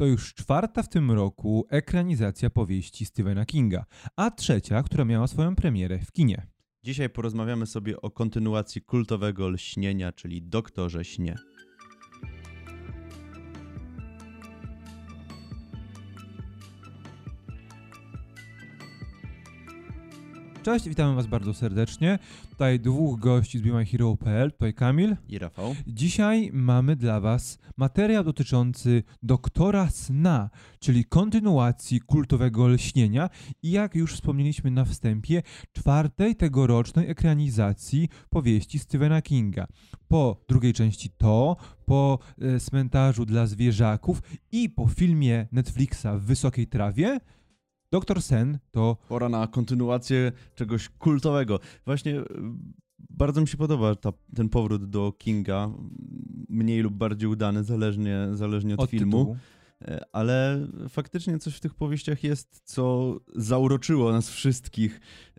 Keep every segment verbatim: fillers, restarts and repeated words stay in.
To już czwarta w tym roku ekranizacja powieści Stephena Kinga, a trzecia, która miała swoją premierę w kinie. Dzisiaj porozmawiamy sobie o kontynuacji kultowego Lśnienia, czyli Doktorze Śnie. Cześć, witamy Was bardzo serdecznie. Tutaj dwóch gości z BeMyHero kropka pe el, tutaj Kamil i Rafał. Dzisiaj mamy dla Was materiał dotyczący Doktora Sna, czyli kontynuacji kultowego Lśnienia i jak już wspomnieliśmy na wstępie, czwartej tegorocznej ekranizacji powieści Stephena Kinga. Po drugiej części To, po e, Cmentarzu dla zwierzaków i po filmie Netflixa w Wysokiej Trawie, Doktor Sen to... Pora na kontynuację czegoś kultowego. Właśnie bardzo mi się podoba ta, ten powrót do Kinga, mniej lub bardziej udany, zależnie, zależnie od, od filmu. Tytułu. Ale faktycznie coś w tych powieściach jest, co zauroczyło nas wszystkich,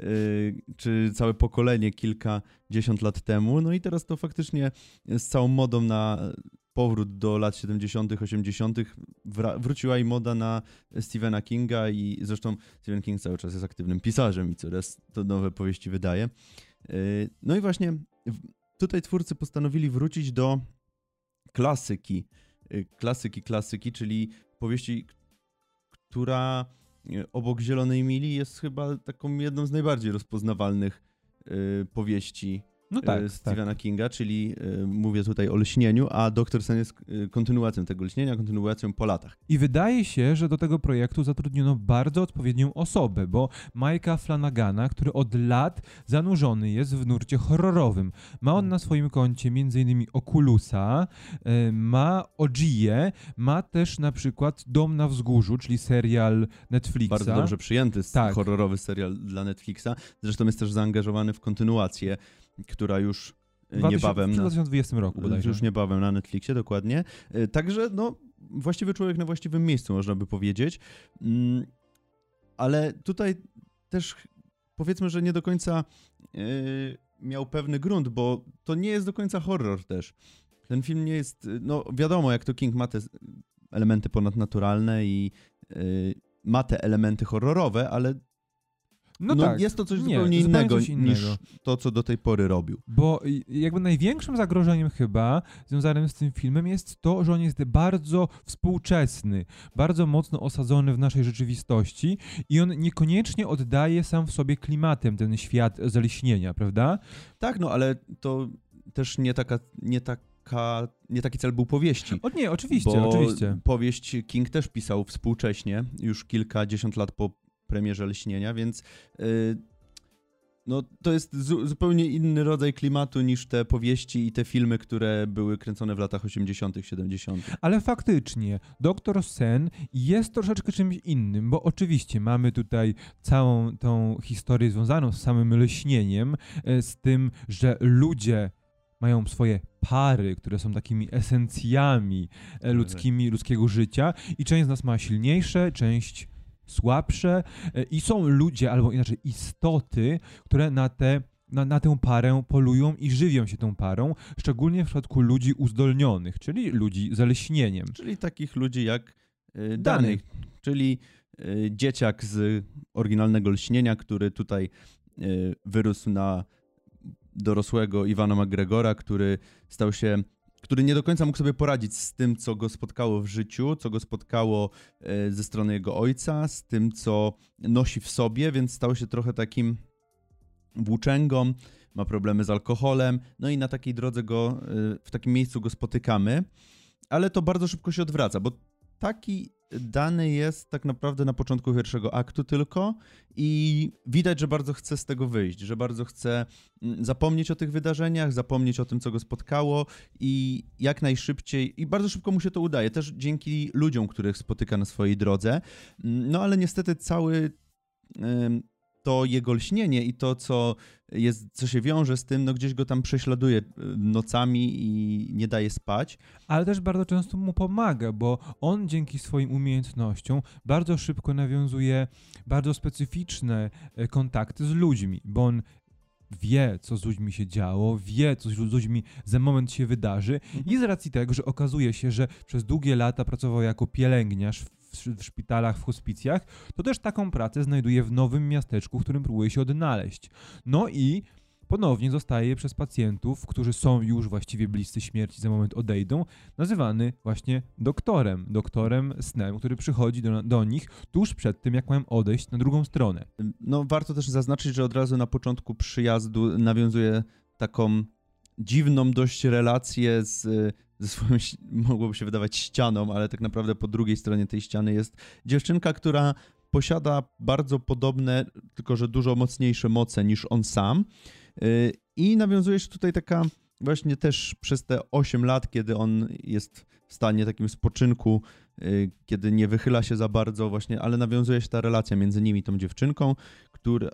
czy całe pokolenie kilkadziesiąt lat temu. No i teraz to faktycznie z całą modą na powrót do lat siedemdziesiątych, osiemdziesiątych wra- wróciła i moda na Stephena Kinga i zresztą Stephen King cały czas jest aktywnym pisarzem i coraz to nowe powieści wydaje. No i właśnie tutaj twórcy postanowili wrócić do klasyki, klasyki, klasyki, czyli powieści, która obok Zielonej Mili jest chyba taką jedną z najbardziej rozpoznawalnych powieści No tak, Stephena tak. Kinga, czyli y, mówię tutaj o lśnieniu, a Doktor Sen jest y, kontynuacją tego lśnienia, kontynuacją po latach. I wydaje się, że do tego projektu zatrudniono bardzo odpowiednią osobę, bo Mike'a Flanagana, który od lat zanurzony jest w nurcie horrorowym. Ma on na swoim koncie m.in. Oculusa, y, ma Ojię, ma też na przykład Dom na wzgórzu, czyli serial Netflixa. Bardzo dobrze przyjęty tak. horrorowy serial dla Netflixa. Zresztą jest też zaangażowany w kontynuację, która już niebawem... W dwa tysiące dwudziestym roku bodajże. Już niebawem na Netflixie, dokładnie. Także no, właściwy człowiek na właściwym miejscu, można by powiedzieć. Ale tutaj też powiedzmy, że nie do końca miał pewny grunt, bo to nie jest do końca horror też. Ten film nie jest... No wiadomo, jak to King ma te elementy ponadnaturalne i ma te elementy horrorowe, ale No, no tak. jest to coś nie, zupełnie innego, coś innego niż to, co do tej pory robił. Bo jakby największym zagrożeniem chyba związanym z tym filmem jest to, że on jest bardzo współczesny, bardzo mocno osadzony w naszej rzeczywistości i on niekoniecznie oddaje sam w sobie klimatem ten świat zalśnienia, prawda? Tak, no ale to też nie taka, nie taka, nie taki cel był powieści. O nie, oczywiście, bo oczywiście. Powieść King też pisał współcześnie, już kilkadziesiąt lat po premierze Lśnienia, więc yy, no, to jest zu- zupełnie inny rodzaj klimatu niż te powieści i te filmy, które były kręcone w latach osiemdziesiątych, siedemdziesiątych. Ale faktycznie, Doktor Sen jest troszeczkę czymś innym, bo oczywiście mamy tutaj całą tą historię związaną z samym lśnieniem, z tym, że ludzie mają swoje pary, które są takimi esencjami ludzkimi, ludzkiego życia i część z nas ma silniejsze, część słabsze i są ludzie, albo inaczej istoty, które na, te, na, na tę parę polują i żywią się tą parą, szczególnie w przypadku ludzi uzdolnionych, czyli ludzi z lśnieniem. Czyli takich ludzi jak y, Dany. Dany, czyli y, dzieciak z oryginalnego Lśnienia, który tutaj y, wyrósł na dorosłego Iwana McGregora, który stał się który nie do końca mógł sobie poradzić z tym, co go spotkało w życiu, co go spotkało ze strony jego ojca, z tym, co nosi w sobie, więc stał się trochę takim włóczęgą, ma problemy z alkoholem, no i na takiej drodze go, w takim miejscu go spotykamy, ale to bardzo szybko się odwraca, bo taki Dany jest tak naprawdę na początku pierwszego aktu tylko i widać, że bardzo chce z tego wyjść, że bardzo chce zapomnieć o tych wydarzeniach, zapomnieć o tym, co go spotkało i jak najszybciej, i bardzo szybko mu się to udaje, też dzięki ludziom, których spotyka na swojej drodze, no ale niestety cały to jego lśnienie i to, co jest, co się wiąże z tym, no gdzieś go tam prześladuje nocami i nie daje spać. Ale też bardzo często mu pomaga, bo on dzięki swoim umiejętnościom bardzo szybko nawiązuje bardzo specyficzne kontakty z ludźmi, bo on wie, co z ludźmi się działo, wie, co z ludźmi za moment się wydarzy Mhm. i z racji tego, że okazuje się, że przez długie lata pracował jako pielęgniarz w, w szpitalach, w hospicjach, to też taką pracę znajduje w nowym miasteczku, w którym próbuje się odnaleźć. No i ponownie zostaje przez pacjentów, którzy są już właściwie bliscy śmierci, za moment odejdą, nazywany właśnie doktorem, doktorem Snem, który przychodzi do, do nich tuż przed tym, jak mają odejść na drugą stronę. No warto też zaznaczyć, że od razu na początku przyjazdu nawiązuje taką dziwną dość relację z, ze swoją, mogłoby się wydawać, ścianą, ale tak naprawdę po drugiej stronie tej ściany jest dziewczynka, która posiada bardzo podobne, tylko że dużo mocniejsze moce niż on sam. I nawiązuje się tutaj taka właśnie też przez te osiem lat, kiedy on jest w stanie takim spoczynku, kiedy nie wychyla się za bardzo właśnie, ale nawiązuje się ta relacja między nimi, tą dziewczynką, która,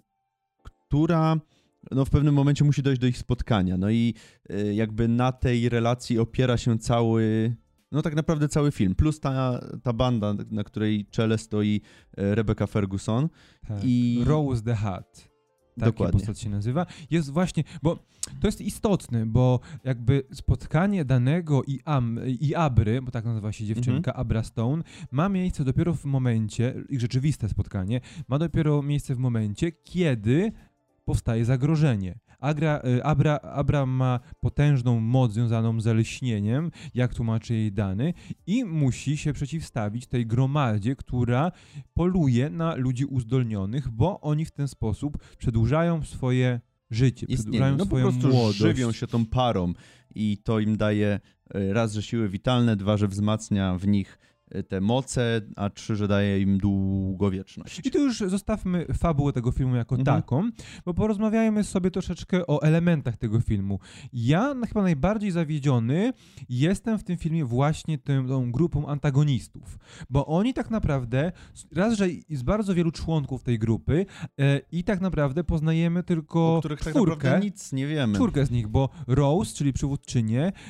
która no w pewnym momencie musi dojść do ich spotkania. No i jakby na tej relacji opiera się cały, no tak naprawdę cały film, plus ta, ta banda, na której czele stoi Rebecca Ferguson. Tak. I Rose the Hat. Taka Dokładnie. postać się nazywa. Jest właśnie, bo to jest istotne, bo jakby spotkanie danego i, Am, i Abry, bo tak nazywa się dziewczynka, Mhm. Abra Stone, ma miejsce dopiero w momencie, ich rzeczywiste spotkanie, ma dopiero miejsce w momencie, kiedy powstaje zagrożenie. Agra, Abra, Abra ma potężną moc związaną z lśnieniem, jak tłumaczy jej dany, i musi się przeciwstawić tej gromadzie, która poluje na ludzi uzdolnionych, bo oni w ten sposób przedłużają swoje życie, przedłużają no po swoją prostu młodość. żywią się tą parą i to im daje raz, że siły witalne, dwa, że wzmacnia w nich te moce, a trzy, że daje im długowieczność. I tu już zostawmy fabułę tego filmu jako Mhm. taką, bo porozmawiajmy sobie troszeczkę o elementach tego filmu. Ja chyba najbardziej zawiedziony jestem w tym filmie właśnie tym, tą grupą antagonistów, bo oni tak naprawdę, raz, że jest bardzo wielu członków tej grupy e, i tak naprawdę poznajemy tylko O których tak czwórkę, naprawdę nic nie wiemy. czwórkę z nich, bo Rose, czyli przywódczynię, e,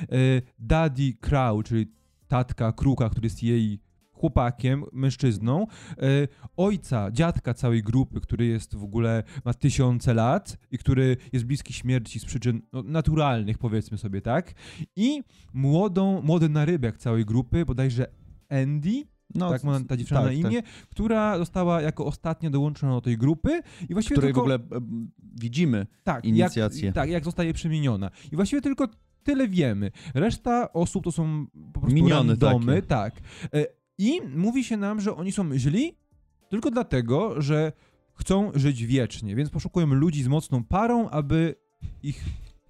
Daddy Crow, czyli tatka Kruka, który jest jej chłopakiem, mężczyzną, e, ojca, dziadka całej grupy, który jest w ogóle, ma tysiące lat i który jest bliski śmierci z przyczyn no, naturalnych, powiedzmy sobie, tak? I młodą, młody narybek całej grupy, bodajże Andy, No, tak ma ta dziewczyna tak, na imię, tak. która została jako ostatnia dołączona do tej grupy i właściwie Której tylko... w ogóle e, widzimy tak, inicjację. Jak, tak, jak zostaje przemieniona. I właściwie tylko tyle wiemy. Reszta osób to są po prostu Miniony randomy, takie. tak. E, I mówi się nam, że oni są źli tylko dlatego, że chcą żyć wiecznie, więc poszukują ludzi z mocną parą, aby ich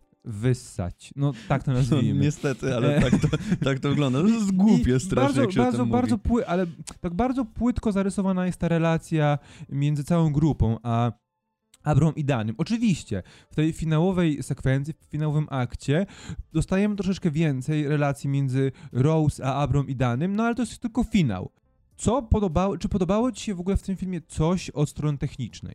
wyssać. No tak to No, nazwijmy. niestety, ale E. tak to, tak to wygląda. To jest głupie I strasznie, bardzo, jak się bardzo, o tym bardzo mówi. pły, ale tak bardzo płytko zarysowana jest ta relacja między całą grupą, a Abrą i Danym. Oczywiście, w tej finałowej sekwencji, w finałowym akcie dostajemy troszeczkę więcej relacji między Rose a Abrą i Danym, no ale to jest tylko finał. Co podobało, czy podobało ci się w ogóle w tym filmie coś od strony technicznej?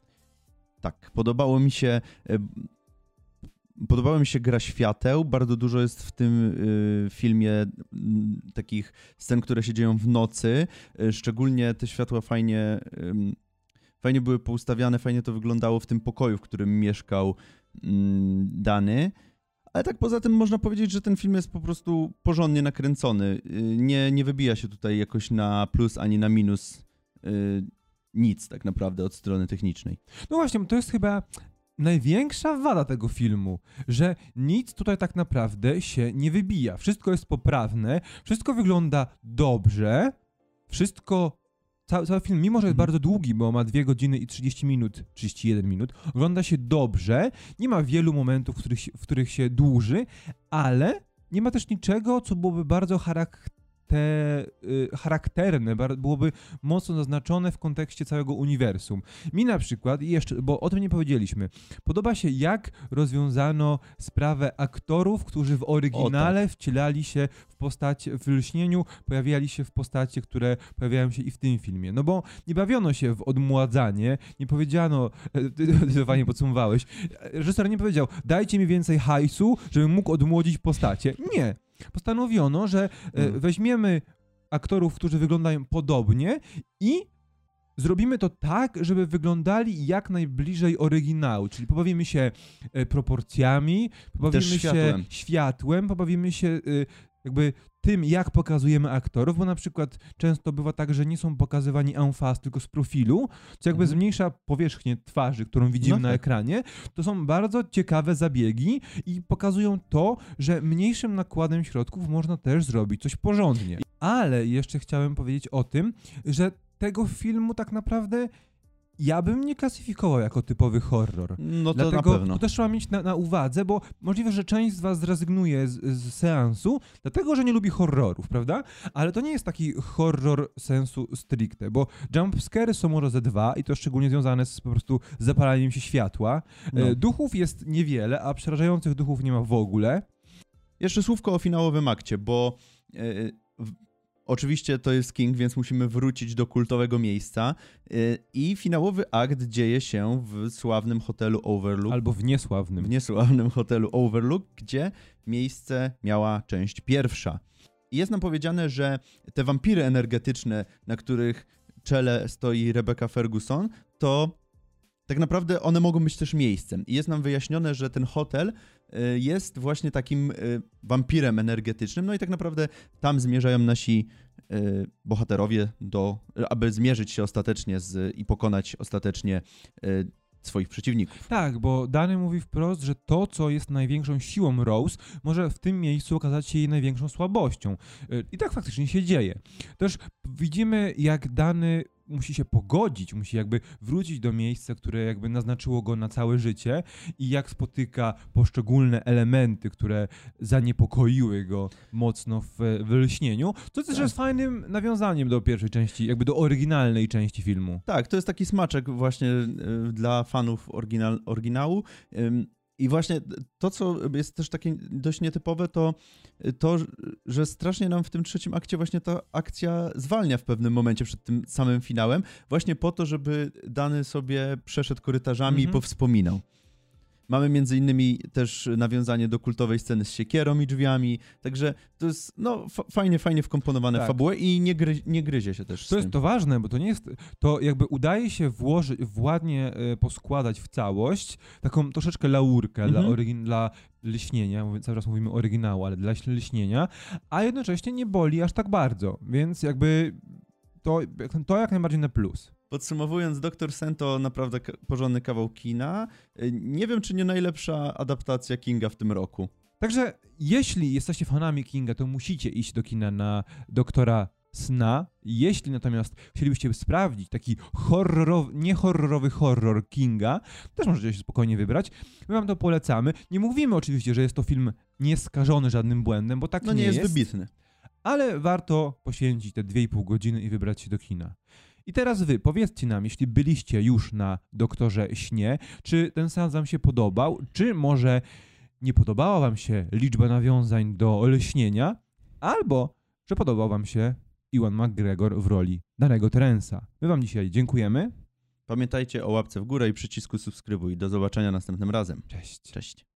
Tak, podobało mi się... e, Podobała mi się gra świateł. Bardzo dużo jest w tym y, filmie m, takich scen, które się dzieją w nocy. Y, szczególnie te światła fajnie, ym, fajnie były poustawiane, fajnie to wyglądało w tym pokoju, w którym mieszkał ym, Dany. Ale tak poza tym można powiedzieć, że ten film jest po prostu porządnie nakręcony. Y, nie, nie wybija się tutaj jakoś na plus ani na minus y, nic tak naprawdę od strony technicznej. No właśnie, to jest chyba największa wada tego filmu, że nic tutaj tak naprawdę się nie wybija. Wszystko jest poprawne, wszystko wygląda dobrze, wszystko, cały, cały film, mimo że jest Mhm. bardzo długi, bo ma dwie godziny i trzydzieści minut, trzydzieści jeden minut, ogląda się dobrze, nie ma wielu momentów, w których się, w których się dłuży, ale nie ma też niczego, co byłoby bardzo charakterystyczne, te y, charakterne, bar- byłoby mocno zaznaczone w kontekście całego uniwersum. Mi na przykład, i jeszcze, bo o tym nie powiedzieliśmy, podoba się, jak rozwiązano sprawę aktorów, którzy w oryginale wcielali się w postać, w lśnieniu, pojawiali się w postacie, które pojawiają się i w tym filmie. No bo nie bawiono się w odmładzanie, nie powiedziano, e, ty, ty to fajnie podsumowałeś, reżyser nie powiedział, dajcie mi więcej hajsu, żebym mógł odmłodzić postacie. Nie. Postanowiono, że e, Mm. weźmiemy aktorów, którzy wyglądają podobnie i zrobimy to tak, żeby wyglądali jak najbliżej oryginału, czyli pobawimy się e, proporcjami, pobawimy Też się światłem. światłem, pobawimy się e, jakby tym, jak pokazujemy aktorów, bo na przykład często bywa tak, że nie są pokazywani en face, tylko z profilu, co jakby Mhm. zmniejsza powierzchnię twarzy, którą widzimy No na tak. ekranie. To są bardzo ciekawe zabiegi i pokazują to, że mniejszym nakładem środków można też zrobić coś porządnie. Ale jeszcze chciałem powiedzieć o tym, że tego filmu tak naprawdę ja bym nie klasyfikował jako typowy horror. No to Dlatego na pewno. to też trzeba mieć na, na uwadze, bo możliwe, że część z was zrezygnuje z, z seansu, dlatego, że nie lubi horrorów, prawda? Ale to nie jest taki horror sensu stricte, bo jumpscary są może ze dwa i to szczególnie związane z po prostu zapalaniem się światła. No. E, duchów jest niewiele, a przerażających duchów nie ma w ogóle. Jeszcze słówko o finałowym akcie, bo e, w, oczywiście to jest King, więc musimy wrócić do kultowego miejsca e, i finałowy akt dzieje się w sławnym hotelu Overlook, Albo w niesławnym. w niesławnym hotelu Overlook, gdzie miejsce miała część pierwsza. I jest nam powiedziane, że te wampiry energetyczne, na których czele stoi Rebecca Ferguson, to tak naprawdę one mogą być też miejscem. I jest nam wyjaśnione, że ten hotel y, jest właśnie takim y, wampirem energetycznym, no i tak naprawdę tam zmierzają nasi y, bohaterowie, do, aby zmierzyć się ostatecznie z, i pokonać ostatecznie y, swoich przeciwników. Tak, bo Dany mówi wprost, że to, co jest największą siłą Rose, może w tym miejscu okazać się jej największą słabością. Y, I tak faktycznie się dzieje. Też widzimy, jak Dany musi się pogodzić, musi jakby wrócić do miejsca, które jakby naznaczyło go na całe życie i jak spotyka poszczególne elementy, które zaniepokoiły go mocno w, w lśnieniu, co też Tak. jest fajnym nawiązaniem do pierwszej części, jakby do oryginalnej części filmu. Tak, to jest taki smaczek właśnie y, dla fanów oryginal, oryginału. Ym, I właśnie to, co jest też takie dość nietypowe, to to, że strasznie nam w tym trzecim akcie właśnie ta akcja zwalnia w pewnym momencie przed tym samym finałem, właśnie po to, żeby Dany sobie przeszedł korytarzami Mhm. i powspominał. Mamy między innymi też nawiązanie do kultowej sceny z siekierą i drzwiami, także to jest no, fa- fajnie, fajnie wkomponowane w Tak. fabułę i nie, gry, nie gryzie się też z To tym. jest to ważne, bo to nie jest, to jakby udaje się włożyć, ładnie e, poskładać w całość taką troszeczkę laurkę Mhm. dla, orygin, dla lśnienia, mówię, cały czas mówimy oryginału, ale dla lśnienia, a jednocześnie nie boli aż tak bardzo, więc jakby to, to jak najbardziej na plus. Podsumowując, doktor Sen to naprawdę k- porządny kawał kina. Y, Nie wiem, czy nie najlepsza adaptacja Kinga w tym roku. Także jeśli jesteście fanami Kinga, to musicie iść do kina na Doktora Sna. Jeśli natomiast chcielibyście sprawdzić taki horrorowy, niehorrorowy horror Kinga, też możecie się spokojnie wybrać. My wam to polecamy. Nie mówimy oczywiście, że jest to film nieskażony żadnym błędem, bo tak No nie, nie jest jest, wybitny. ale warto poświęcić te dwie i pół godziny i wybrać się do kina. I teraz wy, powiedzcie nam, jeśli byliście już na Doktorze Śnie, czy ten seans wam się podobał, czy może nie podobała wam się liczba nawiązań do lśnienia, albo że podobał wam się Ewan McGregor w roli danego Terensa. My wam dzisiaj dziękujemy. Pamiętajcie o łapce w górę i przycisku subskrybuj. Do zobaczenia następnym razem. Cześć. Cześć.